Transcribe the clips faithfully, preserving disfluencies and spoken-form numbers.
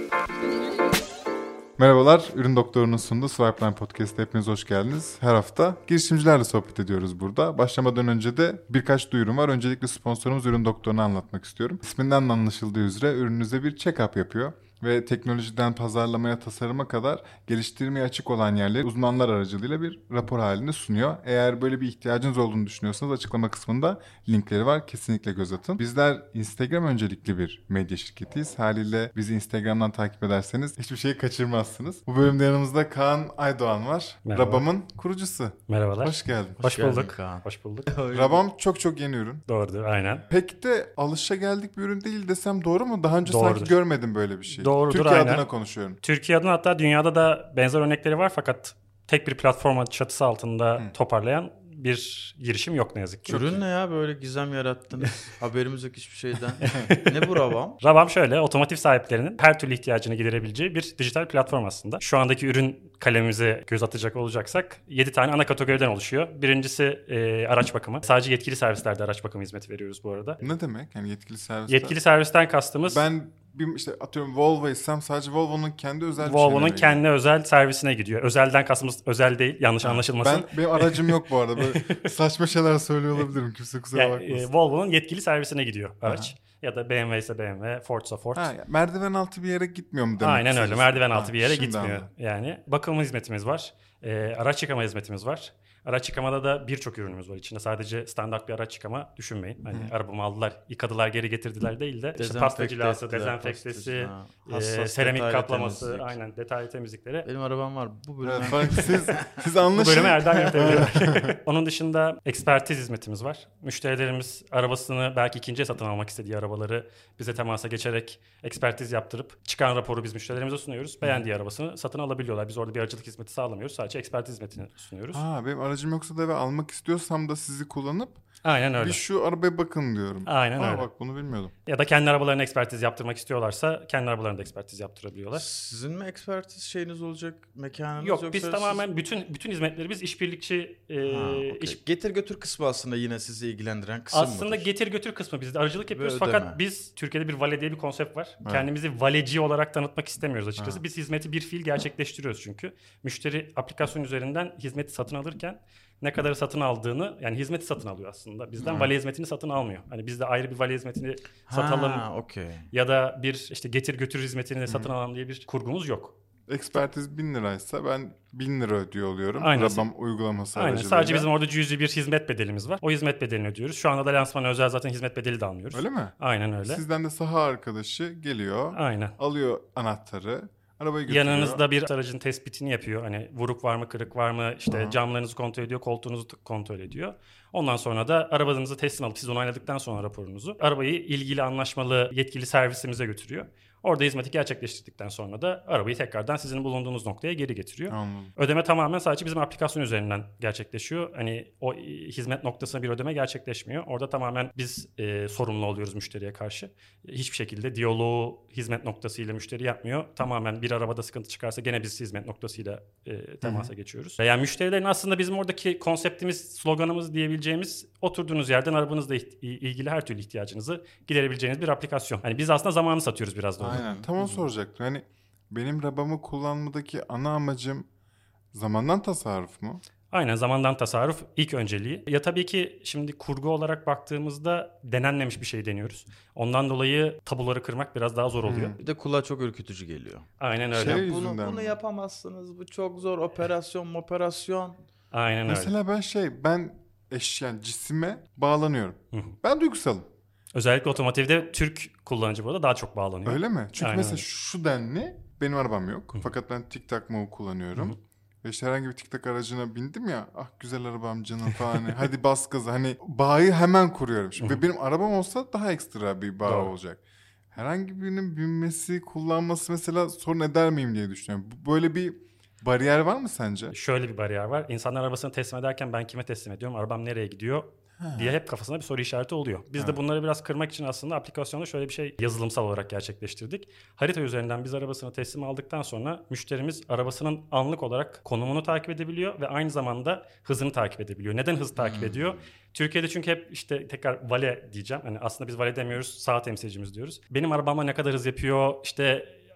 Merhabalar, Ürün Doktoru'nun sunduğu Swipeline Podcast'te hepiniz hoş geldiniz. Her hafta girişimcilerle sohbet ediyoruz burada. Başlamadan önce de birkaç duyurum var. Öncelikle sponsorumuz Ürün Doktoru'nu anlatmak istiyorum. İsminden de anlaşıldığı üzere ürününüze bir check-up yapıyor. Ve teknolojiden pazarlamaya, tasarıma kadar geliştirmeye açık olan yerleri uzmanlar aracılığıyla bir rapor halinde sunuyor. Eğer böyle bir ihtiyacınız olduğunu düşünüyorsanız açıklama kısmında linkleri var. Kesinlikle göz atın. Bizler Instagram öncelikli bir medya şirketiyiz. Haliyle bizi Instagram'dan takip ederseniz hiçbir şeyi kaçırmazsınız. Bu bölümde yanımızda Kaan Aydoğan var. Merhaba. Rabam'ın kurucusu. Merhabalar. Hoş geldin. Hoş, Hoş geldin bulduk. Kaan. Hoş bulduk. Rabam çok çok yeni ürün. Doğrudur, aynen. Pek de alışageldik bir ürün değil desem doğru mu? Daha önce Doğrudur. sanki görmedim böyle bir şey. Doğrudur, Türkiye aynen. adına konuşuyorum. Türkiye adına, hatta dünyada da benzer örnekleri var fakat tek bir platforma çatısı altında Hı. toparlayan bir girişim yok ne yazık ki. Ürün ne ya, böyle gizem yarattınız. Haberimiz yok hiçbir şeyden. Ne bu Rabam? Rabam şöyle, otomotiv sahiplerinin her türlü ihtiyacını giderebileceği bir dijital platform aslında. Şu andaki ürün kalemimize göz atacak olacaksak yedi tane ana kategoriden oluşuyor. Birincisi e, araç bakımı. Sadece yetkili servislerde araç bakımı hizmeti veriyoruz bu arada. Ne demek? Yani yetkili servisler? Yetkili servisten kastımız... Ben bir işte atıyorum Volvo isem sadece Volvo'nun kendi özel bir Volvo'nun şeyine kendi özel servisine gidiyor. Özelden kastımız özel değil, yanlış ha, anlaşılmasın. Ben, benim aracım yok bu arada. Böyle saçma şeyler söylüyor olabilirim. Kimse kusura yani, bakmasın. E, Volvo'nun yetkili servisine gidiyor araç. Aha. Ya da B M W ise B M W, Ford ise Ford. Ha, merdiven altı bir yere gitmiyor mu demek? Aynen öyle. Merdiven altı ha, bir yere gitmiyor. Anladım. Yani bakım hizmetimiz var. E, araç yıkama hizmetimiz var. Araç yıkamada da birçok ürünümüz var içinde. Sadece standart bir araç yıkama düşünmeyin. Hani Hı. arabamı aldılar, yıkadılar, geri getirdiler değil de işte pasta cilası, dezenfektesi, e, seramik kaplaması, temizlik. Aynen detaylı temizlikleri. Benim arabam var. Bu bölüme evet, siz siz anlaşın. Bu bölüme Erdem yapabiliyor. Onun dışında ekspertiz hizmetimiz var. Müşterilerimiz arabasını belki ikinciye satın almak istediği arabaları bize temasa geçerek ekspertiz yaptırıp çıkan raporu biz müşterilerimize sunuyoruz. Beğendiği arabasını satın alabiliyorlar. Biz orada bir aracılık hizmeti sağlamıyoruz. Sadece ekspertiz hizmetini sunuyoruz. Ha, benim aracım yoksa da ve almak istiyorsam da sizi kullanıp aynen öyle. Bir şu arabaya bakın diyorum. Aynen Aa, öyle. Bak bunu bilmiyordum. Ya da kendi arabalarına ekspertiz yaptırmak istiyorlarsa kendi arabalarında ekspertiz yaptırabiliyorlar. Sizin mi ekspertiz şeyiniz olacak, mekanınız Yok, yoksa? biz tamamen siz... bütün bütün hizmetleri biz işbirlikçi e, ha, okay. iş... getir götür kısmı aslında yine sizi ilgilendiren kısım aslında mıdır? Getir götür kısmı bizde aracılık yapıyoruz fakat biz Türkiye'de bir vale diye bir konsept var. Evet. Kendimizi valeci olarak tanıtmak istemiyoruz açıkçası. Evet. Biz hizmeti bir fiil gerçekleştiriyoruz çünkü. Müşteri aplikasyon üzerinden hizmeti satın alırken ne kadar satın aldığını, yani hizmeti satın alıyor aslında. Bizden hmm. vale hizmetini satın almıyor. Hani biz de ayrı bir vale hizmetini ha, satalım okay. ya da bir işte getir götür hizmetini hmm. satın alalım diye bir kurgumuz yok. Ekspertiz bin liraysa ben bin lira ödüyor oluyorum. Aynen. Rabam uygulaması Aynen. aracılığıyla. Sadece bizim orada cüzi bir hizmet bedelimiz var. O hizmet bedelini ödüyoruz. Şu anda da lansmana özel zaten hizmet bedeli de almıyoruz. Öyle mi? Aynen öyle. Sizden de saha arkadaşı geliyor. Aynen. Alıyor anahtarı. Arabayı götürüyor. Yanınızda bir aracın tespitini yapıyor. Hani vuruk var mı, kırık var mı, işte Aha. camlarınızı kontrol ediyor, koltuğunuzu kontrol ediyor. Ondan sonra da arabanızı teslim alıp siz onayladıktan sonra raporunuzu arabayı ilgili anlaşmalı yetkili servisimize götürüyor. Orada hizmeti gerçekleştirdikten sonra da arabayı tekrardan sizin bulunduğunuz noktaya geri getiriyor. Anladım. Ödeme tamamen sadece bizim aplikasyon üzerinden gerçekleşiyor. Hani o hizmet noktasına bir ödeme gerçekleşmiyor. Orada tamamen biz e, sorumlu oluyoruz müşteriye karşı. Hiçbir şekilde diyaloğu hizmet noktasıyla müşteri yapmıyor. Tamamen bir arabada sıkıntı çıkarsa gene biz hizmet noktasıyla e, temasa Hı-hı. geçiyoruz. Yani müşterilerin aslında bizim oradaki konseptimiz, sloganımız diyebileceğimiz oturduğunuz yerden arabanızla ilgili her türlü ihtiyacınızı giderebileceğiniz bir aplikasyon. Hani biz aslında zamanı satıyoruz biraz da. Aynen. Tam onu soracaktım. Hani benim Rabam'ı kullanmadaki ana amacım zamandan tasarruf mu? Aynen, zamandan tasarruf ilk önceliği. Ya tabii ki şimdi kurgu olarak baktığımızda denenmemiş bir şey deniyoruz. Ondan dolayı tabuları kırmak biraz daha zor oluyor. Hmm. Bir de kulağa çok ürkütücü geliyor. Aynen öyle. Şey bunu, bunu yapamazsınız. Bu çok zor. Operasyon, operasyon. Aynen Mesela öyle. Mesela ben şey ben eşya, yani cisime bağlanıyorum. Hı-hı. Ben duygusalım. Özellikle otomotivde Türk kullanıcı burada daha çok bağlanıyor. Öyle mi? Çünkü Aynen mesela öyle. şu denli benim arabam yok. Hı-hı. Fakat ben TikTok Move kullanıyorum. Hı-hı. Ve işte herhangi bir TikTok aracına bindim ya, ah güzel arabam canım falan, hadi bas gaza, hani bağı hemen kuruyorum. Şimdi ve benim arabam olsa daha ekstra bir bağ Doğru. olacak. Herhangi birinin binmesi, kullanması mesela sorun eder miyim diye düşünüyorum. Böyle bir bariyer var mı sence? Şöyle bir bariyer var. İnsanlar arabasını teslim ederken ben kime teslim ediyorum, arabam nereye gidiyor Ha. diye hep kafasında bir soru işareti oluyor. Biz ha. de bunları biraz kırmak için aslında aplikasyonda şöyle bir şey yazılımsal olarak gerçekleştirdik. Harita üzerinden biz arabasını teslim aldıktan sonra müşterimiz arabasının anlık olarak konumunu takip edebiliyor ve aynı zamanda hızını takip edebiliyor. Neden hız takip hmm. ediyor? Türkiye'de çünkü hep işte tekrar vale diyeceğim. Hani aslında biz vale demiyoruz, sağ temsilcimiz diyoruz. Benim arabama ne kadar hız yapıyor, işte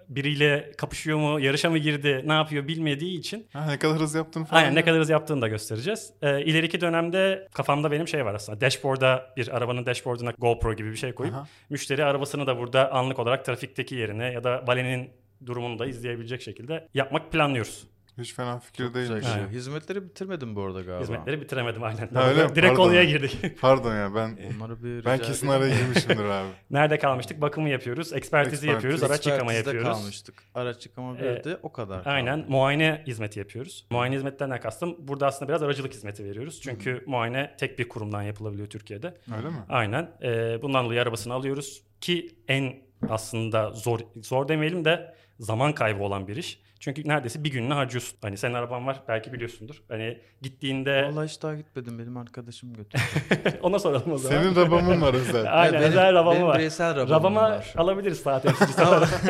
biriyle kapışıyor mu, yarışa mı girdi, ne yapıyor bilmediği için. Ha, ne kadar hız yaptığını falan. Aynen ne kadar hız yaptığını da göstereceğiz. Ee, ileriki dönemde kafamda benim şey var aslında. Dashboard'a bir arabanın dashboard'una GoPro gibi bir şey koyup Aha. müşteri arabasını da burada anlık olarak trafikteki yerine ya da valenin durumunu da izleyebilecek şekilde yapmak planlıyoruz. Hiç fena fikir Çok değil. güzel şey. Evet. Hizmetleri bitirmedim bu arada galiba. Hizmetleri bitiremedim aynen. Ha, öyle mi? Direkt Pardon. konuya girdik. Pardon ya ben Onları bir ben rica kesin edeyim. araya girmişimdir abi. Nerede kalmıştık? Bakımı yapıyoruz, ekspertizi Ekspertiz. yapıyoruz, araç yıkama Ekspertizde yapıyoruz. kalmıştık. Araç yıkama Ee, birde o kadar. Aynen kaldı. muayene hizmeti yapıyoruz. Muayene hizmetlerinden kastım burada aslında biraz aracılık hizmeti veriyoruz. Çünkü Hı-hı. muayene tek bir kurumdan yapılabiliyor Türkiye'de. Öyle mi? Aynen. Ee, bundan dolayı arabasını alıyoruz ki en aslında zor zor demeyelim de zaman kaybı olan bir iş. Çünkü neredeyse bir gününü harcıyorsun. Hani senin araban var belki biliyorsundur. Hani gittiğinde... Vallahi hiç daha gitmedim. Benim arkadaşım götürdü. Ona soralım o zaman. Senin rabamın var özel. Aynen benim, özel rabamı benim var. bireysel rabamım Rabama var. alabiliriz saat temsilcisi.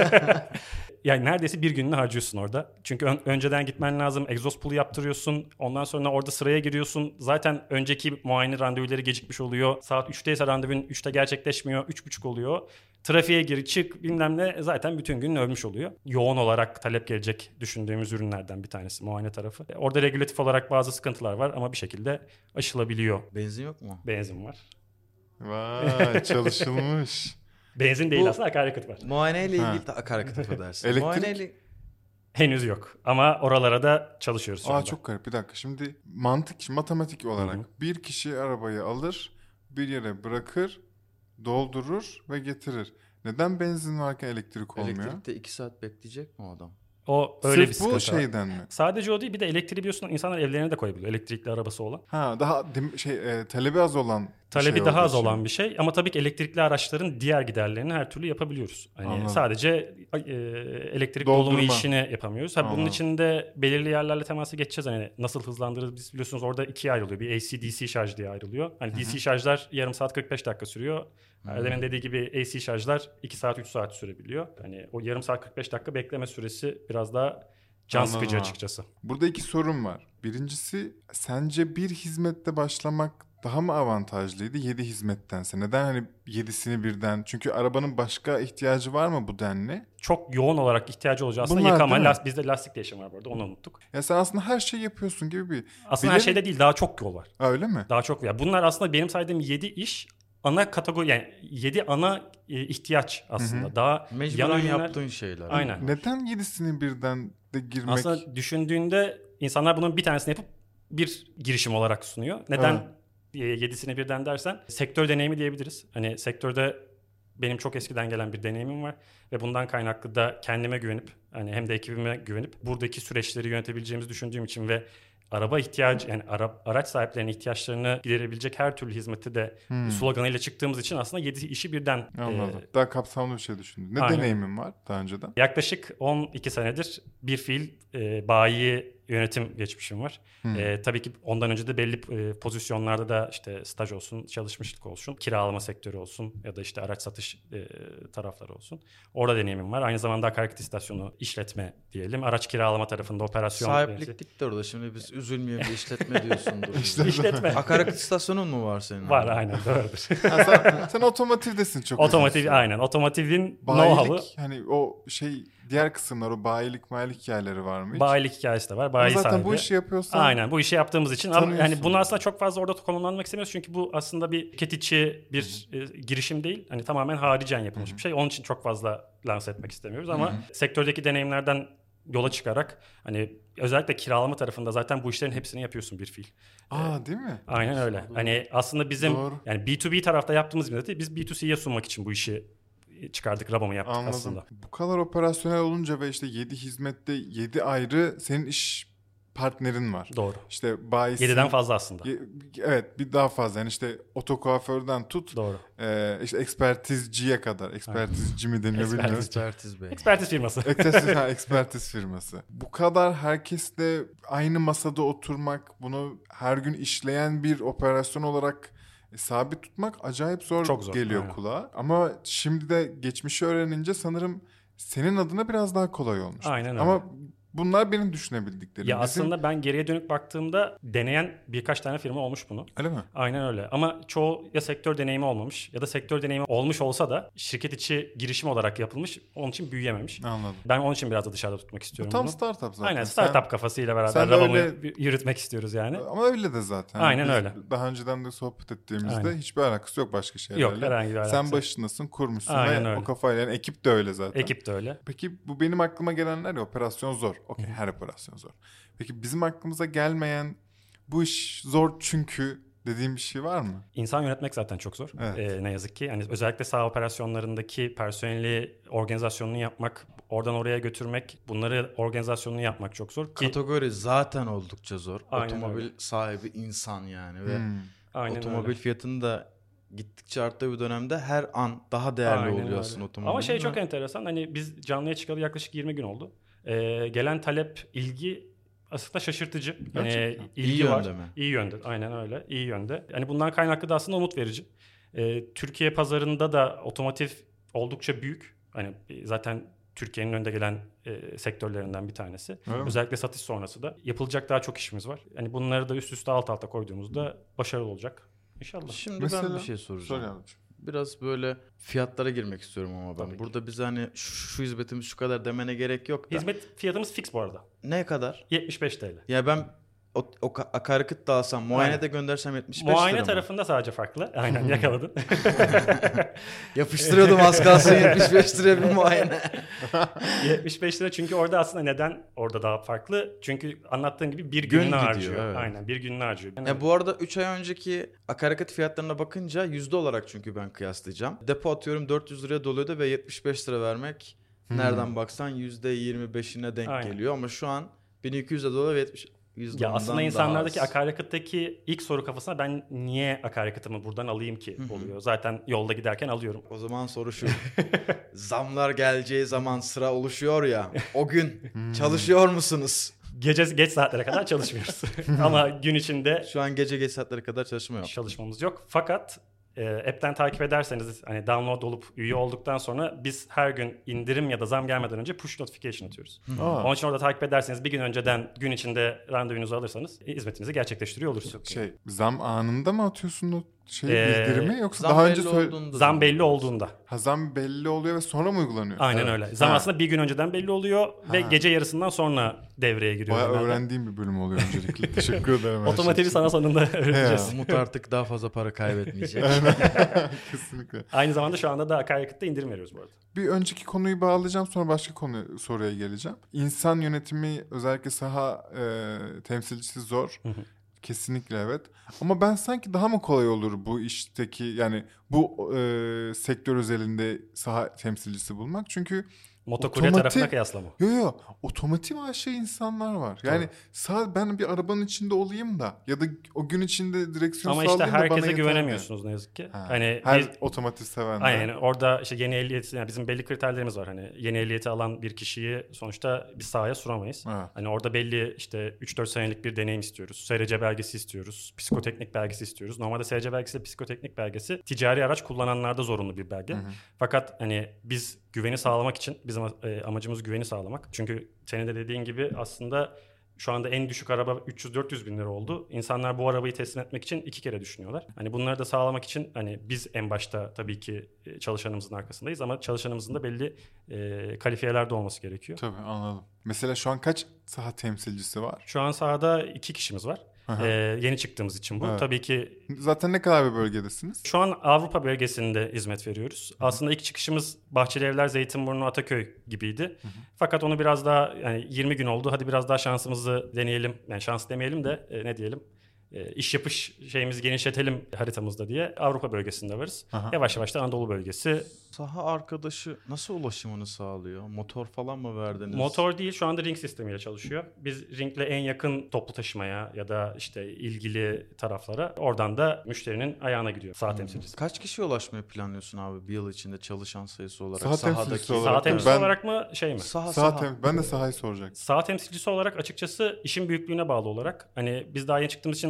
Yani neredeyse bir gününü harcıyorsun orada. Çünkü ön, önceden gitmen lazım. Egzoz pulu yaptırıyorsun. Ondan sonra orada sıraya giriyorsun. Zaten önceki muayene randevuları gecikmiş oluyor. Saat üçteyse randevun üçte gerçekleşmiyor. üç buçuk oluyor. Trafiğe gir çık bilmem ne zaten bütün gün ölmüş oluyor. Yoğun olarak talep gelecek düşündüğümüz ürünlerden bir tanesi muayene tarafı. Orada regülatif olarak bazı sıkıntılar var ama bir şekilde aşılabiliyor. Benzin yok mu? Benzin var. Vay çalışılmış. Benzin değil Bu- aslında akaryakıt var. Muayeneyle Ha. ilgili de akaryakıt affedersin. Elektrik? Muayeneyle Henüz yok ama oralara da çalışıyoruz şu Aa anda. çok garip bir dakika. Şimdi mantık, matematik olarak Hı hı. bir kişi arabayı alır, bir yere bırakır, doldurur ve getirir. Neden benzin varken elektrik olmuyor? elektrikte iki saat bekleyecek mi o adam? O öyle Sırf bir sıkıntı bu var. şeyden mi? Sadece o değil bir de elektriği biliyorsun insanlar evlerine de koyabiliyor elektrikli arabası olan. Ha daha dim- şey e, talebi az olan bir Talebi şey daha olduğu az için. olan bir şey ama tabii ki elektrikli araçların diğer giderlerini her türlü yapabiliyoruz. Hani Anladım. sadece e, elektrik Doldurma. dolumu işini yapamıyoruz. Ha, bunun Anladım. için de belirli yerlerle temasa geçeceğiz. Hani nasıl hızlandırırız biz biliyorsunuz orada ikiye ayrılıyor. Bir A C D C şarj diye ayrılıyor. Hani D C şarjlar yarım saat kırk beş dakika sürüyor. Erdem'in dediği gibi A C şarjlar iki saat üç saat sürebiliyor. Hani o yarım saat kırk beş dakika bekleme süresi biraz daha can Anladım sıkıcı abi. açıkçası. Burada iki sorun var. Birincisi sence bir hizmette başlamak daha mı avantajlıydı yedi hizmettense? Neden hani yedisini birden? Çünkü arabanın başka ihtiyacı var mı bu denli? Çok yoğun olarak ihtiyacı olacağı aslında Bunlar yıkama. değil mi? Las, bizde lastik değişimi var bu arada onu unuttuk. Ya sen aslında her şeyi yapıyorsun gibi bir... Aslında her Bilerek- şeyde değil daha çok yol var. Ha, öyle mi? Daha çok ya. Bunlar aslında benim saydığım yedi iş ana kategori yani yedi ana e, ihtiyaç aslında. Hı hı. Daha Mecburen yan ürünler- yaptığın şeyler. Aynen. Neden yedisini birden de girmek? Aslında düşündüğünde insanlar bunun bir tanesini yapıp bir girişim olarak sunuyor. Neden Evet. e, yedisini birden dersen sektör deneyimi diyebiliriz. Hani sektörde benim çok eskiden gelen bir deneyimim var ve bundan kaynaklı da kendime güvenip hani hem de ekibime güvenip buradaki süreçleri yönetebileceğimizi düşündüğüm için ve araba ihtiyacı yani ara, araç sahiplerinin ihtiyaçlarını giderebilecek her türlü hizmeti de Hmm. sloganıyla çıktığımız için aslında yedi işi birden Anladım. e, Daha kapsamlı bir şey düşündüm. Ne Aynen. deneyimin var daha önceden? yaklaşık on iki senedir bir fiil e, bayi yönetim geçmişim var. Hmm. E, tabii ki ondan önce de belli e, pozisyonlarda da işte staj olsun, çalışmışlık olsun, kiralama sektörü olsun ya da işte araç satış e, tarafları olsun. Orada deneyimim var. Aynı zamanda akaryakıt istasyonu işletme diyelim. Araç kiralama tarafında operasyon. Sahiplik gitti orada. Şimdi biz üzülmeyelim bir işletme diyorsundur. İşletme. İşletme. Akaryakıt istasyonun mu var senin? Var aynen doğrudur. Ha, sen, sen otomotivdesin çok. Otomotiv uzun süre. aynen. Otomotivin know-how'ı. Bayilik hani o şey diğer kısımlar o bayilik mayilik yerleri var mı hiç? Bayilik hikayesi de var. Ama Bayi zaten sahibi. bu işi yapıyorsan Aynen bu işi yaptığımız için ama tanıyorsun. yani bunu aslında çok fazla orada konumlanmak istemiyoruz çünkü bu aslında bir şirket içi bir e, girişim değil. Hani tamamen haricen yapılmış bir şey. Onun için çok fazla lanse etmek istemiyoruz ama sektördeki deneyimlerden yola çıkarak hani özellikle kiralama tarafında zaten bu işlerin hepsini yapıyorsun bir fiil. Aa değil mi? Aynen öyle. Hani aslında bizim Doğru. yani B to B tarafta yaptığımız hizmeti biz B to C'ye sunmak için bu işi çıkardık, rabamı yaptık Anladım. aslında. Bu kadar operasyonel olunca ve işte yedi hizmette yedi ayrı senin iş partnerin var. Doğru. İşte bayisi. yediden fazla aslında. Ye- Evet bir daha fazla yani işte otokuaförden tut Doğru. e, işte ekspertizciye kadar ekspertizci mi deniyor bilmiyorum. Ekspertiz. Ekspertiz bey. Ekspertiz firması. Ekspertiz, ha, ekspertiz firması. Bu kadar herkesle aynı masada oturmak, bunu her gün işleyen bir operasyon olarak e, sabit tutmak acayip zor, Çok zor, geliyor aynen. kulağa. Ama şimdi de geçmişi öğrenince sanırım senin adına biraz daha kolay olmuş. Aynen öyle. Ama Bunlar benim düşünebildiklerim. Ya Bizim... aslında ben geriye dönük baktığımda deneyen birkaç tane firma olmuş bunu. Öyle mi? Aynen öyle. Ama çoğu ya sektör deneyimi olmamış ya da sektör deneyimi olmuş olsa da şirket içi girişim olarak yapılmış. Onun için büyüyememiş. Anladım. Ben onun için biraz da dışarıda tutmak istiyorum Bu tam bunu. startup zaten. Aynen startup sen, kafasıyla beraber sen Rabam'ı öyle... yürütmek istiyoruz yani. Ama öyle de zaten. Aynen Biz öyle. Daha önceden de sohbet ettiğimizde Aynen. hiçbir alakası yok başka şeylerle. Yok, herhangi bir alakası Sen yok. başındasın, kurmuşsun Aynen ve öyle. o kafayla, yani ekip de öyle zaten. Ekip de öyle. Peki bu benim aklıma gelenler ya, operasyon zor. Okey, her operasyon zor. Peki bizim aklımıza gelmeyen, bu iş zor çünkü dediğim bir şey var mı? İnsan yönetmek zaten çok zor. Evet. Ee, ne yazık ki. Yani özellikle saha operasyonlarındaki personeli organizasyonunu yapmak, oradan oraya götürmek, bunları organizasyonunu yapmak çok zor. Ki... Kategori zaten oldukça zor. Aynen Otomobil öyle. sahibi insan yani ve Hmm. Aynen otomobil öyle. fiyatının da gittikçe arttığı bir dönemde her an daha değerli Aynen oluyor öyle. aslında otomobil. Ama şey çok enteresan, hani biz canlıya çıkalı yaklaşık yirmi gün oldu. Ee, gelen talep, ilgi aslında şaşırtıcı. Yani Gerçekten. ilgi İyi var. yönde mi? İyi yönde. Aynen öyle. İyi yönde. Yani bundan kaynaklı da aslında umut verici. Ee, Türkiye pazarında da otomotiv oldukça büyük. Hani zaten Türkiye'nin önde gelen e, sektörlerinden bir tanesi. Öyle mi? Özellikle satış sonrası da. Yapılacak daha çok işimiz var. Yani bunları da üst üste alt alta koyduğumuzda başarılı olacak. İnşallah. Şimdi Mesela- ben bir şey soracağım. Sor yavrucuğum. Biraz böyle fiyatlara girmek istiyorum ama ben. Tabii ki. Burada bize hani şu, şu hizmetimiz şu kadar demene gerek yok da. Hizmet fiyatımız fix bu arada. Ne kadar? yetmiş beş TL. Ya ben o, o ka- akaryakıt da alsam, muayene Aynen. de göndersem yetmiş beş Muayene lira mı? tarafında sadece farklı. Aynen yakaladın. Yapıştırıyordum az kalsın yetmiş beş liraya bir muayene. yetmiş beş lira çünkü orada aslında neden orada daha farklı? Çünkü anlattığım gibi bir Gün gününü gidiyor, harcıyor. evet. Aynen bir gününü harcıyor. Yani Ya bu arada üç ay önceki akaryakıt fiyatlarına bakınca yüzde olarak çünkü ben kıyaslayacağım. Depo atıyorum dört yüz liraya doluyordu ve yetmiş beş lira vermek nereden baksan yüzde yirmi beşine denk Aynen. geliyor. Ama şu an bin iki yüze doluyor ve yetmiş yüzde ya ondan aslında daha insanlardaki az. akaryakıttaki ilk soru kafasına ben niye akaryakıtımı buradan alayım ki Hı hı. oluyor. Zaten yolda giderken alıyorum. O zaman soru şu. Zamlar geleceği zaman sıra oluşuyor ya. O gün çalışıyor musunuz? Gece geç saatlere kadar çalışmıyoruz. Ama gün içinde Şu an gece geç saatlere kadar çalışma yok. çalışmamız yok. Fakat e, app'ten takip ederseniz hani download olup üye olduktan sonra biz her gün indirim ya da zam gelmeden önce push notification atıyoruz. Aa, Onun için orada takip ederseniz bir gün önceden gün içinde randevunuzu alırsanız e, hizmetinizi gerçekleştiriyor olursunuz. şey, zam anında mı atıyorsun o şey Ee, bildirimi yoksa Zam daha belli önce söyle... olduğunda Zam da- belli olduğunda. Ha, zam belli oluyor ve sonra mı uygulanıyor? Aynen Evet. öyle. Zam Ha. aslında bir gün önceden belli oluyor ve Ha. gece yarısından sonra devreye giriyor. Bayağı genelde. öğrendiğim bir bölüm oluyor öncelikle. Teşekkür ederim. her şey Otomotivi için. sana sonunda öğreteceğiz. Umut artık daha fazla para kaybetmeyecek. Kesinlikle. Aynı zamanda şu anda da akaryakıtta indirim veriyoruz bu arada. Bir önceki konuyu bağlayacağım, sonra başka konu soruya geleceğim. İnsan yönetimi, özellikle saha e, temsilcisi zor. Hı hı. Kesinlikle evet. Ama ben sanki daha mı kolay olur bu işteki, yani bu e, sektör özelinde saha temsilcisi bulmak? Çünkü Motokurye Otomotiv- tarafına kıyasla mı? yo yo otomotiv aşığı insanlar var. Yani Doğru. sağ, ben bir arabanın içinde olayım da ya da o gün içinde direksiyon Ama işte sallayayım da bana herkese yeter güvenemiyorsunuz ne yazık ki. mi? Ha, Hani her biz, otomotiv seven de. aynen yani orada işte yeni ehliyeti, yani bizim belli kriterlerimiz var. Hani yeni ehliyeti alan bir kişiyi sonuçta bir sahaya suramayız. Evet. Hani orada belli işte üç dört senelik bir deneyim istiyoruz. S R C belgesi istiyoruz. Psikoteknik belgesi istiyoruz. Normalde S R C belgesi ile psikoteknik belgesi ticari araç kullananlarda zorunlu bir belge. Hı hı. Fakat hani biz güveni sağlamak için, bizim e, amacımız güveni sağlamak. Çünkü senin de dediğin gibi aslında şu anda en düşük araba üç yüz dört yüz bin lira oldu. İnsanlar bu arabayı teslim etmek için iki kere düşünüyorlar. Hani bunları da sağlamak için hani biz en başta tabii ki e, çalışanımızın arkasındayız ama çalışanımızın da belli e, kalifiyeler de olması gerekiyor. Tabii, anladım. Mesela şu an kaç saha temsilcisi var? Şu an sahada iki kişimiz var. Aha. E, yeni çıktığımız için bu. Evet. Tabii ki Zaten ne kadar bir bölgedesiniz? şu an Avrupa bölgesinde hizmet veriyoruz. Aslında ilk çıkışımız Bahçelievler, Zeytinburnu, Ataköy gibiydi. Fakat onu biraz daha yani yirmi gün oldu. Hadi biraz daha şansımızı deneyelim. Yani şans demeyelim de e, ne diyelim? E, iş yapış şeyimizi genişletelim haritamızda diye Avrupa bölgesinde varız. Aha. Yavaş yavaş da Anadolu bölgesi. Saha arkadaşı nasıl ulaşımını sağlıyor? Motor falan mı verdiniz? Motor değil, şu anda ring sistemiyle çalışıyor. Biz ringle en yakın toplu taşımaya ya da işte ilgili taraflara, oradan da müşterinin ayağına gidiyor sağ temsilcisi. Kaç kişiye ulaşmayı planlıyorsun abi bir yıl içinde çalışan sayısı olarak? Saha sahadaki temsilcisi Sağ olarak temsilcisi ben- olarak mı şey mi? Saha, Saha saha. tem- ben de sahayı soracaktım. Sağ temsilcisi olarak açıkçası işin büyüklüğüne bağlı olarak hani biz daha yeni çıktığımız için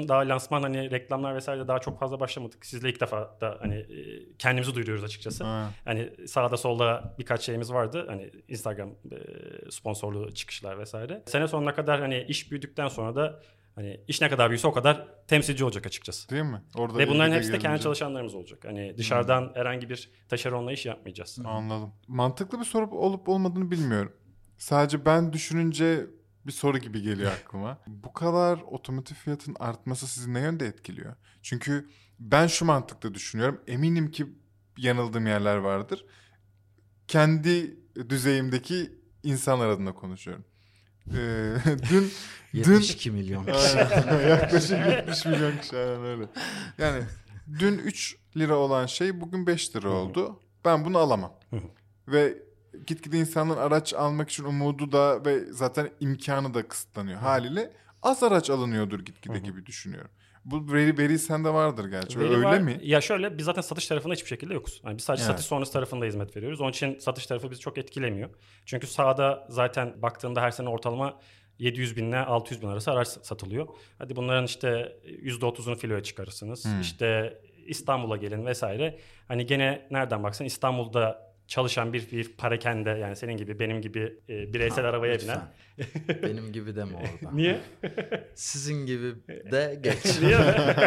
söylemiştim. Daha lansman hani reklamlar vesaire daha çok fazla başlamadık. Sizle ilk defa da hani kendimizi duyuruyoruz açıkçası. Ha. Hani sağda solda birkaç şeyimiz vardı. Hani Instagram sponsorluğu çıkışlar vesaire. Sene sonuna kadar hani iş büyüdükten sonra da hani iş ne kadar büyüse o kadar temsilci olacak açıkçası. Değil mi? Orada ve bunların hepsi de kendi çalışanlarımız olacak. Hani dışarıdan hmm. herhangi bir taşeronla iş yapmayacağız. Anladım. Mantıklı bir soru olup olmadığını bilmiyorum. Sadece ben düşününce bir soru gibi geliyor aklıma. Bu kadar otomotiv fiyatının artması sizi ne yönde etkiliyor? Çünkü ben şu mantıkla düşünüyorum. Eminim ki yanıldığım yerler vardır. Kendi düzeyimdeki insanlar adına konuşuyorum. Ee, dün yetmiş iki milyon kişi. Yaklaşık yetmiş milyon kişi aynen öyle. Yani dün üç lira olan şey bugün beş lira oldu. Ben bunu alamam. Ve gitgide insanların araç almak için umudu da ve zaten imkanı da kısıtlanıyor. Haliyle az araç alınıyordur gitgide gibi düşünüyorum. Bu veri, veri sende vardır gerçi. Veri Öyle var. mi? Ya şöyle, biz zaten satış tarafında hiçbir şekilde yokuz. Yani biz sadece evet. satış sonrası tarafında hizmet veriyoruz. Onun için satış tarafı bizi çok etkilemiyor. Çünkü sahada zaten baktığında her sene ortalama yedi yüz binle altı yüz bin arası araç satılıyor. Hadi bunların işte yüzde otuzunu filoya çıkarırsınız. Hmm. İşte İstanbul'a gelin vesaire. Hani gene nereden baksan İstanbul'da çalışan bir, bir parakende, yani senin gibi benim gibi e, bireysel ha, arabaya binen. Benim gibi deme orada. Niye? Sizin gibi de geç. Niye?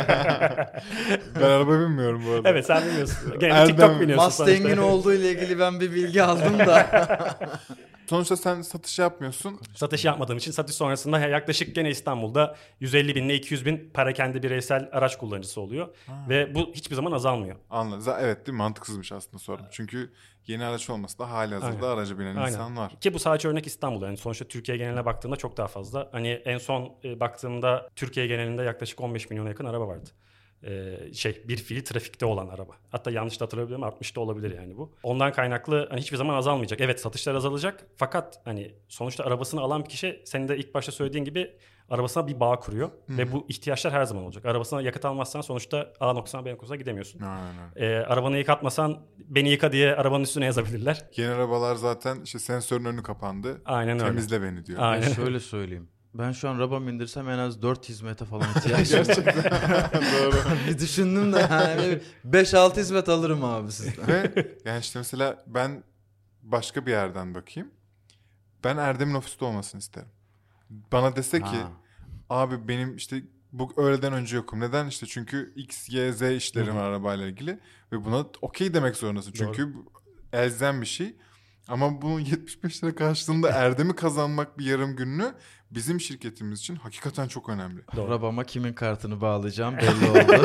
Ben araba bilmiyorum bu arada. Evet, sen bilmiyorsun. Genelde TikTok biniyorsun. Mustang'in olduğu ile ilgili ben bir bilgi aldım da. Sonuçta sen satış yapmıyorsun. Satış yapmadığım için satış sonrasında yaklaşık gene İstanbul'da yüz elli bin ile iki yüz bin parakende bireysel araç kullanıcısı oluyor. Ha. Ve bu hiçbir zaman azalmıyor. Anladım. Evet, değil mi? Mantıksızmış aslında sorum. Çünkü yeni araç olması da hali hazırda Aynen. araca binen Aynen. insan var. Ki bu sadece örnek İstanbul. Yani sonuçta Türkiye geneline baktığında çok daha fazla. Hani en son e, baktığımda Türkiye genelinde yaklaşık on beş milyona yakın araba vardı. Ee, şey bir fiili trafikte olan araba. Hatta yanlış da hatırlayabilirim, artmış da olabilir yani bu. Ondan kaynaklı hani hiçbir zaman azalmayacak. Evet, satışlar azalacak fakat hani sonuçta arabasını alan bir kişi, senin de ilk başta söylediğin gibi arabasına bir bağ kuruyor. Hı-hı. Ve bu ihtiyaçlar her zaman olacak. Arabasına yakıt almazsan sonuçta A noktasına B noktasına gidemiyorsun. Aynen. Ee, arabanı yıkatmasan beni yıka diye arabanın üstüne yazabilirler. Yeni arabalar zaten işte sensörün önü kapandı. Aynen öyle. Temizle beni diyor. Aynen. Ben şöyle söyleyeyim. Ben şu an arabamı indirsem en az dört hizmete falan ihtiyacım var. Gerçekten. Doğru. Bir düşündüm de yani beş altı hizmet alırım abi sizden. Ve yani işte mesela ben başka bir yerden bakayım. Ben Erdem'in ofiste olmasını isterim. Bana dese ha. ki abi benim işte bu öğleden önce yokum. Neden? İşte çünkü X, Y, Z işlerim var arabayla ilgili. Ve buna okey demek zorundasın. Çünkü Doğru. elzem bir şey. Ama bunun yetmiş beş lira karşılığında Erdem'i kazanmak bir yarım gününü bizim şirketimiz için hakikaten çok önemli. Doğru. Arabama kimin kartını bağlayacağım belli oldu.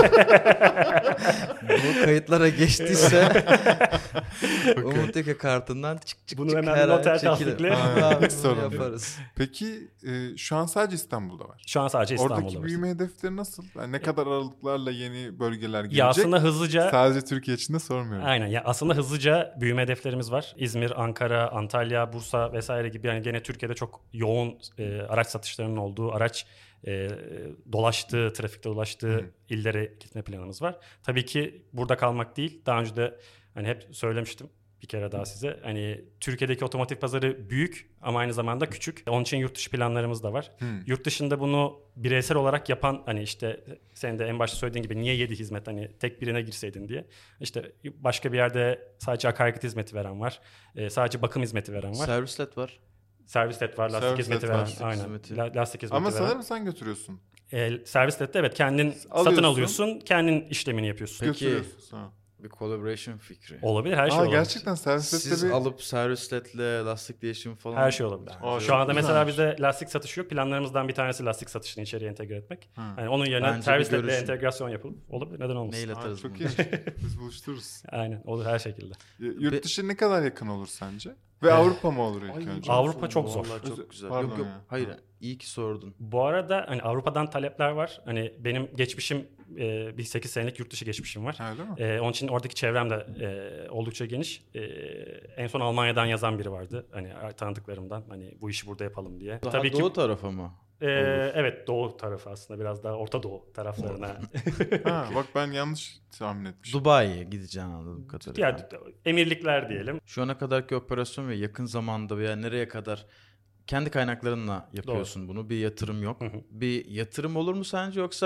Bu kayıtlara geçtiyse Umut'taki kartından çık çık bunu çık hemen noter tasdikle yaparız. Peki e, şu an sadece İstanbul'da var. Şu an sadece İstanbul'da var. Oradaki büyüme hedefleri nasıl? Yani ne kadar aralıklarla yeni bölgeler gelecek? Ya aslında hızlıca. Sadece Türkiye için de sormuyorum. Aynen. Ya aslında hızlıca büyüme hedeflerimiz var. İzmir, Ankara, Antalya, Bursa vesaire gibi, yani gene Türkiye'de çok yoğun e, araç satışlarının olduğu, araç e, dolaştığı, trafikte dolaştığı hmm. illere gitme planımız var. Tabii ki burada kalmak değil. Daha önce de hani hep söylemiştim bir kere daha size. Hani Türkiye'deki otomotiv pazarı büyük ama aynı zamanda küçük. Onun için yurt dışı planlarımız da var. Hmm. Yurt dışında bunu bireysel olarak yapan, hani işte senin de en başta söylediğin gibi niye yedi hizmet, hani tek birine girseydin diye. İşte başka bir yerde sadece akaryakıt hizmeti veren var. Ee, sadece bakım hizmeti veren var. Servislet var. Servislet var, lastik Servislet hizmeti veren. Lastik aynen. Hizmeti. La, lastik hizmeti Ama veren. sanırım sen götürüyorsun. E, Servislette evet, kendin alıyorsun. Satın alıyorsun, kendin işlemini yapıyorsun. Peki bir collaboration fikri. Olabilir, her şey Aa, olabilir. Gerçekten servislette Siz bir... alıp servisletle lastik değişimi falan. Her şey olabilir. Aa, Şu anda mesela güzelmiş. bizde lastik satışı yok. Planlarımızdan bir tanesi lastik satışını içeriye entegre etmek. Ha. Yani onun yerine Bence servisletle entegrasyon yapılıp olabilir. Neden olmasın? Mail atarız. Aa, çok bunu. iyi. Biz buluştururuz. Aynen, olur her şekilde. Yurt dışı ne kadar yakın olur sence? Ve Avrupa mı olur ilk önce? Avrupa çok zor. Vallahi çok güzel. Pardon yok yok. ya. Hayır. İyi ki sordun. Bu arada hani Avrupa'dan talepler var. Hani benim geçmişim e, bir sekiz senelik yurt dışı geçmişim var. Öyle mi? E, onun için oradaki çevrem de e, oldukça geniş. E, en son Almanya'dan yazan biri vardı. Hani tanıdıklarımdan, hani bu işi burada yapalım diye. Daha Tabii doğu ki, tarafı mı? e, evet, doğu tarafı aslında, biraz daha Orta Doğu taraflarına. Ha, bak ben yanlış tahmin etmişim. Dubai'ye gideceğini anladım kadarıyla. Yani emirlikler diyelim. Şu ana kadarki operasyon ve yakın zamanda veya nereye kadar kendi kaynaklarınla yapıyorsun Doğru. bunu. Bir yatırım yok. Hı hı. Bir yatırım olur mu sence, yoksa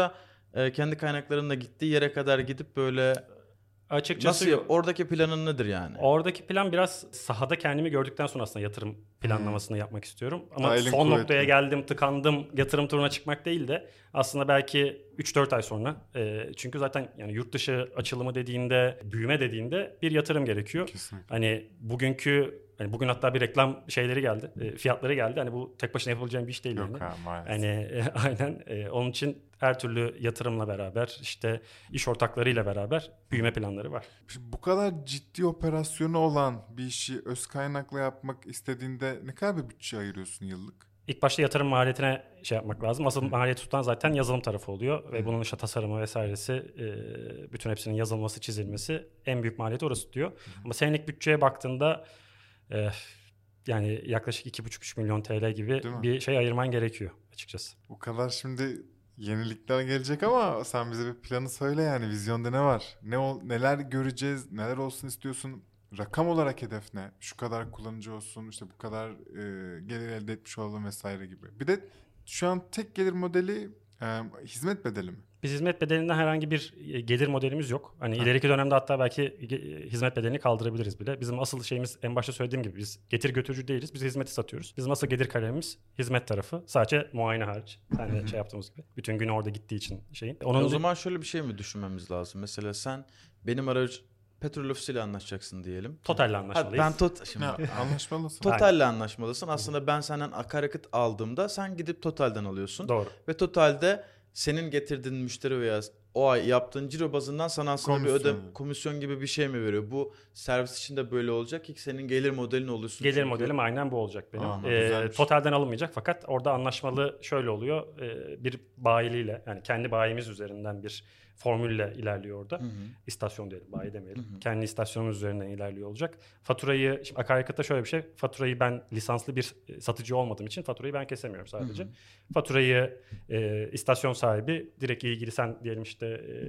e, kendi kaynaklarınla gittiği yere kadar gidip böyle Açıkçası nasıl yap? Oradaki planın nedir yani? Oradaki plan biraz sahada kendimi gördükten sonra aslında yatırım planlamasını hmm. yapmak istiyorum. Ama Daha son kuvvetli. noktaya geldim, tıkandım, yatırım turuna çıkmak değil de aslında belki üç dört ay sonra. E, çünkü zaten yani yurt dışı açılımı dediğinde, büyüme dediğinde bir yatırım gerekiyor. Kesinlikle. Hani bugünkü hani bugün hatta bir reklam şeyleri geldi, e, fiyatları geldi. Hani bu tek başına yapılacağım bir iş değil. Yok yani. ha, maalesef. Hani e, aynen e, onun için her türlü yatırımla beraber, işte iş ortaklarıyla beraber büyüme planları var. Şimdi bu kadar ciddi operasyonu olan bir işi öz kaynakla yapmak istediğinde ne kadar bir bütçe ayırıyorsun yıllık? İlk başta yatırım maliyetine şey yapmak lazım. Asıl maliyeti tutan zaten yazılım tarafı oluyor. Ve bunun işte tasarımı vesairesi, e, bütün hepsinin yazılması, çizilmesi en büyük maliyeti orası tutuyor. Ama senelik bütçeye baktığında e, yani yaklaşık iki buçuk üç milyon T L gibi bir şey ayırman gerekiyor açıkçası. Bu kadar şimdi yenilikler gelecek ama sen bize bir planı söyle yani. Vizyonda ne var? Ne ol, neler göreceğiz? Neler olsun istiyorsun? Rakam olarak hedef ne? Şu kadar kullanıcı olsun, işte bu kadar e, gelir elde etmiş olalım vesaire gibi. Bir de şu an tek gelir modeli e, hizmet bedeli mi? Biz hizmet bedelinden herhangi bir gelir modelimiz yok. Hani ha. ileriki dönemde hatta belki hizmet bedelini kaldırabiliriz bile. Bizim asıl şeyimiz en başta söylediğim gibi biz getir götürücü değiliz. Biz hizmeti satıyoruz. Bizim asıl gelir kalemimiz hizmet tarafı. Sadece muayene hariç. Sen de şey yaptığımız gibi. Bütün gün orada gittiği için şeyin. Onun e o zaman şöyle bir şey mi düşünmemiz lazım? Mesela sen benim aracı Petrol Ofisi ile anlaşacaksın diyelim. Total'le anlaşmalıyız. Ben tot şimdi anlaşmalısın. Total'le anlaşmalısın. Aslında ben senden akaryakıt aldığımda sen gidip Total'den alıyorsun. Doğru. Ve Total'de senin getirdiğin müşteri veya o ay yaptığın ciro bazından sana aslında komisyon. bir ödem komisyon gibi bir şey mi veriyor? Bu servis için de böyle olacak ki senin gelir modelin olursun. Gelir çünkü. modelim aynen bu olacak benim. Aa, ee, Total'den alınmayacak fakat orada anlaşmalı şöyle oluyor. Ee, bir bayiliyle yani kendi bayimiz üzerinden bir formülle ilerliyor orada. Hı hı. İstasyon diyelim, bayi demeyelim. Hı hı. Kendi istasyonumuz üzerinden ilerliyor olacak. Faturayı, şimdi akaryakıtta şöyle bir şey. Faturayı ben lisanslı bir satıcı olmadığım için faturayı ben kesemiyorum sadece. Hı hı. Faturayı e, istasyon sahibi direkt ilgili sen diyelim işte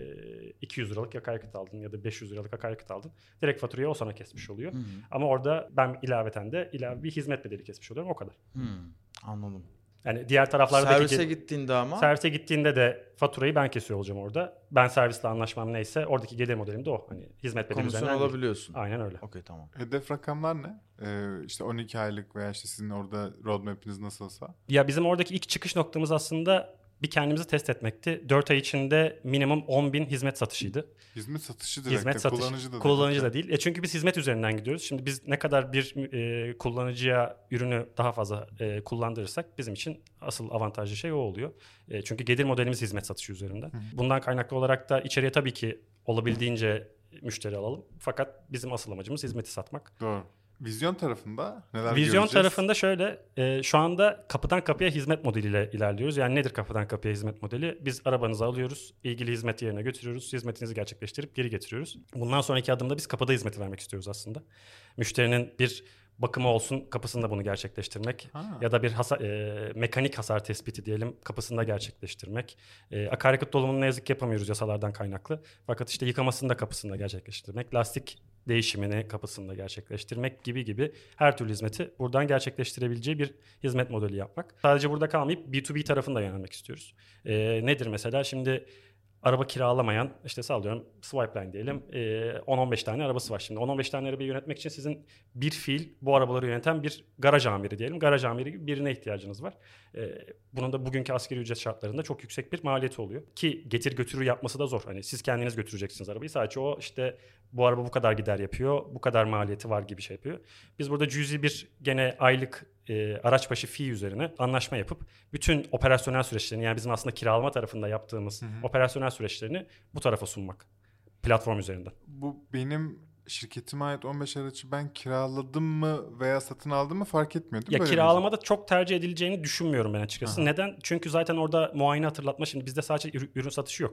e, iki yüz liralık akaryakıt aldın ya da beş yüz liralık akaryakıt aldın. Direkt faturayı o sana kesmiş oluyor. Hı hı. Ama orada ben ilaveten de ilave bir hizmet bedeli kesmiş oluyorum o kadar. Hı, anladım. Yani diğer taraflardaki... Servise gittiğinde ama... Servise gittiğinde de faturayı ben kesiyor olacağım orada. Ben servisle anlaşmam neyse oradaki gelir modelim de o. Hani hizmet bedeli komisyon üzerinden alabiliyorsun. Değil. Aynen öyle. Okey, tamam. Hedef rakamlar ne? Ee, işte on iki aylık veya işte sizin orada roadmap'iniz nasılsa? Ya bizim oradaki ilk çıkış noktamız aslında bir kendimizi test etmekti. dört ay içinde minimum on bin hizmet satışıydı. Hizmet satışı direkt hizmet de, satış, kullanıcı da kullanıcı da değil. E çünkü biz hizmet üzerinden gidiyoruz. Şimdi biz ne kadar bir e, kullanıcıya ürünü daha fazla e, kullandırırsak bizim için asıl avantajlı şey o oluyor. E, çünkü gelir modelimiz hizmet satışı üzerinden. Hı. Bundan kaynaklı olarak da içeriye tabii ki olabildiğince müşteri alalım. Fakat bizim asıl amacımız hizmeti satmak. Doğru. Vizyon tarafında neler Vizyon göreceğiz? tarafında şöyle, e, şu anda kapıdan kapıya hizmet modeliyle ilerliyoruz. Yani nedir kapıdan kapıya hizmet modeli? Biz arabanızı alıyoruz, ilgili hizmet yerine götürüyoruz, hizmetinizi gerçekleştirip geri getiriyoruz. Bundan sonraki adımda biz kapıda hizmeti vermek istiyoruz aslında. Müşterinin bir bakımı olsun, kapısında bunu gerçekleştirmek. Ha. Ya da bir hasar, e, mekanik hasar tespiti diyelim, kapısında gerçekleştirmek. E, akaryakıt dolumunu ne yazık ki yapamıyoruz yasalardan kaynaklı. Fakat işte yıkamasını da kapısında gerçekleştirmek, lastik değişimini kapısında gerçekleştirmek gibi gibi her türlü hizmeti buradan gerçekleştirebileceği bir hizmet modeli yapmak. Sadece burada kalmayıp B iki B tarafına yönelmek istiyoruz. E, nedir mesela? Şimdi araba kiralamayan, işte sallıyorum Swipeline diyelim, on on beş tane arabası var şimdi. on on beş tane arabayı yönetmek için sizin bir fiil bu arabaları yöneten bir garaj amiri diyelim. Garaj amiri gibi birine ihtiyacınız var. Bunun da bugünkü asgari ücret şartlarında çok yüksek bir maliyeti oluyor. Ki getir götürü yapması da zor. Hani siz kendiniz götüreceksiniz arabayı. Sadece o işte bu araba bu kadar gider yapıyor, bu kadar maliyeti var gibi şey yapıyor. Biz burada cüzi bir gene aylık e, araç başı fee üzerine anlaşma yapıp bütün operasyonel süreçlerini, yani bizim aslında kiralama tarafında yaptığımız hı hı. operasyonel süreçlerini bu tarafa sunmak platform üzerinden. Bu benim şirketime ait on beş aracı ben kiraladım mı veya satın aldım mı fark etmiyor değil mi? Ya kiralamada çok tercih edileceğini düşünmüyorum ben açıkçası. Aha. Neden? Çünkü zaten orada muayene hatırlatma, şimdi bizde sadece ürün satışı yok.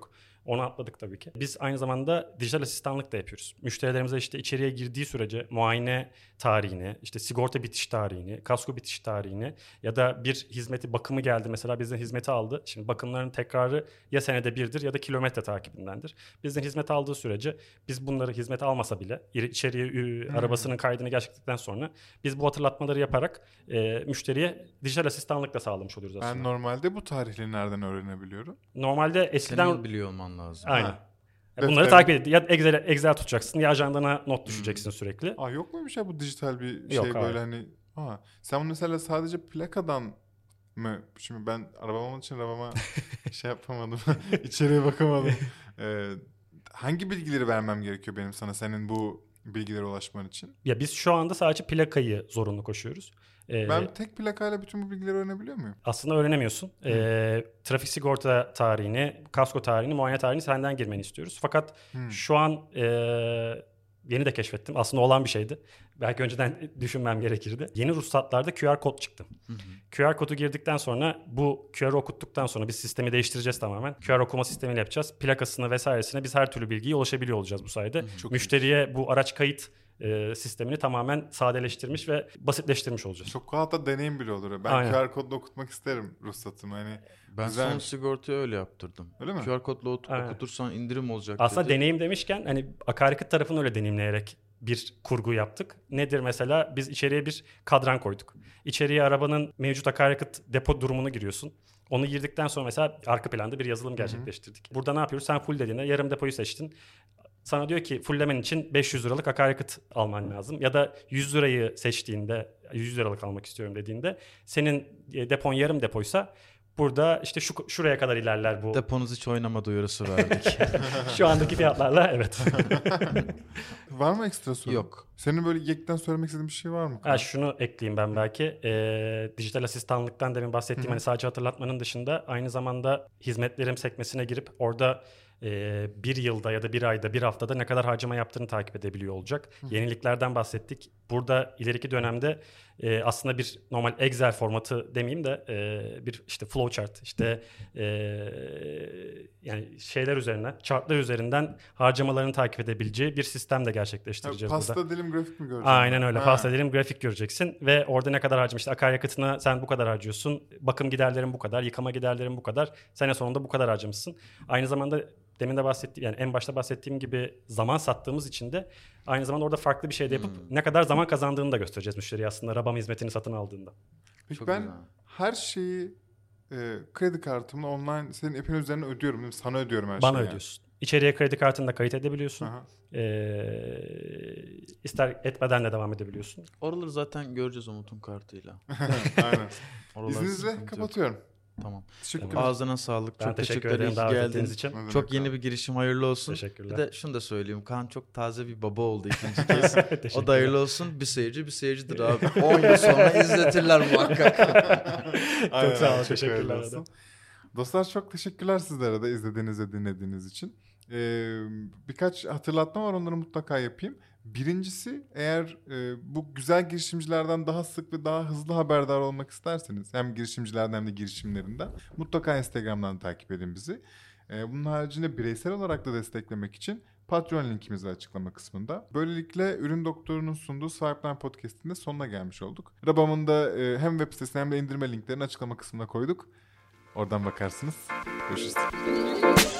Onu atladık tabii ki. Biz aynı zamanda dijital asistanlık da yapıyoruz. Müşterilerimize işte içeriye girdiği sürece muayene tarihini, işte sigorta bitiş tarihini, kasko bitiş tarihini ya da bir hizmeti bakımı geldi mesela bizden hizmeti aldı. Şimdi bakımların tekrarı ya senede birdir ya da kilometre takibindendir. Bizden hizmet aldığı sürece biz bunları hizmet almasa bile içeriye hmm. arabasının kaydını gerçekleştirdikten sonra biz bu hatırlatmaları yaparak e, müşteriye dijital asistanlık da sağlamış oluyoruz aslında. Ben normalde bu tarihleri nereden öğrenebiliyorum? Normalde eskiden... Senin biliyor olman lazım. Aynen. Ha. Bunları Defter... takip edin. Ya Excel, Excel tutacaksın ya ajandana not düşeceksin hmm. sürekli. Aa, yok muymuş ya bu dijital bir yok, şey böyle hayır. hani... Aa, sen mesela sadece plakadan mı? Şimdi ben arabam olduğu için arabama şey yapamadım. İçeriye bakamadım. Ee, hangi bilgileri vermem gerekiyor benim sana senin bu bilgilere ulaşman için? Ya biz şu anda sadece plakayı zorunlu koşuyoruz. Ee, ben tek plakayla bütün bu bilgileri öğrenebiliyor muyum? Aslında öğrenemiyorsun. Ee, trafik sigorta tarihini, kasko tarihini, muayene tarihini senden girmeni istiyoruz. Fakat hmm. şu an e, yeni de keşfettim. Aslında olan bir şeydi. Belki önceden düşünmem gerekirdi. Yeni ruhsatlarda Q R kod çıktı. Hı hı. Q R kodu girdikten sonra bu Q R'ı okuttuktan sonra biz sistemi değiştireceğiz tamamen. Q R okuma sistemiyle yapacağız. Plakasına vesairesine biz her türlü bilgiye ulaşabiliyor olacağız bu sayede. Hı hı. Müşteriye iyi. Bu araç kayıt e, sistemini tamamen sadeleştirmiş ve basitleştirmiş olacağız. Çok hatta deneyim bile olur. Ben Aynen. Q R kodla okutmak isterim ruhsatımı. Hani ben güzel. Son sigortayı öyle yaptırdım. Öyle mi? Q R kodla okutursan indirim olacak Aslında dedi. deneyim demişken hani akaryakıt tarafını öyle deneyimleyerek bir kurgu yaptık. Nedir mesela? Biz içeriye bir kadran koyduk. İçeriye arabanın mevcut akaryakıt depo durumunu giriyorsun. Onu girdikten sonra mesela arka planda bir yazılım gerçekleştirdik. Hı hı. Burada ne yapıyoruz? Sen full dediğinde yarım depoyu seçtin. Sana diyor ki fulllemen için beş yüz liralık akaryakıt alman lazım. Ya da yüz lirayı seçtiğinde, yüz liralık almak istiyorum dediğinde senin depon yarım depoysa burada işte şu şuraya kadar ilerler bu. Deponuz hiç oynama duyurusu verdik. Şu andaki fiyatlarla evet. Var mı ekstra soru? Yok. Senin böyle yekten söylemek istediğin bir şey var mı? Ha, şunu ekleyeyim ben belki. Ee, dijital asistanlıktan demin bahsettiğim hani sadece hatırlatmanın dışında aynı zamanda hizmetlerim sekmesine girip orada e, bir yılda ya da bir ayda bir haftada ne kadar harcama yaptığını takip edebiliyor olacak. Hı. Yeniliklerden bahsettik. Burada ileriki dönemde e, aslında bir normal Excel formatı demeyeyim de e, bir işte flowchart işte e, yani şeyler üzerinden, chartlar üzerinden harcamalarını takip edebileceği bir sistem de gerçekleştireceğiz pasta burada. Pasta dilim grafik mi göreceksin? Aynen öyle. Ha. Pasta dilim grafik göreceksin ve orada ne kadar harcamış. İşte akaryakıtına sen bu kadar harcıyorsun. Bakım giderlerin bu kadar, yıkama giderlerin bu kadar. Sene sonunda bu kadar harcamışsın. Aynı zamanda demin de bahsettiğim yani en başta bahsettiğim gibi zaman sattığımız için de aynı zamanda orada farklı bir şey de yapıp hmm. ne kadar zaman kazandığını da göstereceğiz müşteriye aslında Rabam hizmetini satın aldığında. Peki Çok ben güzel. Her şeyi e, kredi kartımla online senin app'in üzerine ödüyorum değil mi? Sana ödüyorum her Bana şeyi. Bana ödüyorsun. Yani. İçeriye kredi kartını da kayıt edebiliyorsun. Ee, ister etmeden de devam edebiliyorsun. Oraları zaten göreceğiz Umut'un kartıyla. Aynen. İzninizle kapatıyorum. Yok. Tamam. Teşekkür tamam. Ağzına sağlık. Ben çok teşekkür, teşekkür ederim davet ettiğiniz için. Çok yeni bir girişim, hayırlı olsun. Teşekkürler. Bir de şunu da söyleyeyim. Kaan çok taze bir baba oldu ikinci kez. O da hayırlı olsun. Bir seyirci bir seyircidir abi. on yıl sonra izletirler muhakkak. Çok sağ olun. Teşekkürler. Olsun. Dostlar çok teşekkürler sizlere de izlediğiniz ve dinlediğiniz için. Ee, birkaç hatırlatma var, onları mutlaka yapayım. Birincisi, eğer e, bu güzel girişimcilerden daha sık ve daha hızlı haberdar olmak isterseniz hem girişimcilerden hem de girişimlerinden mutlaka Instagram'dan takip edin bizi. E, bunun haricinde bireysel olarak da desteklemek için Patreon linkimiz var açıklama kısmında. Böylelikle Ürün Doktoru'nun sunduğu Swipeline Podcast'in de sonuna gelmiş olduk. Rabam'ın da e, hem web sitesine hem de indirme linklerini açıklama kısmına koyduk. Oradan bakarsınız. Görüşürüz.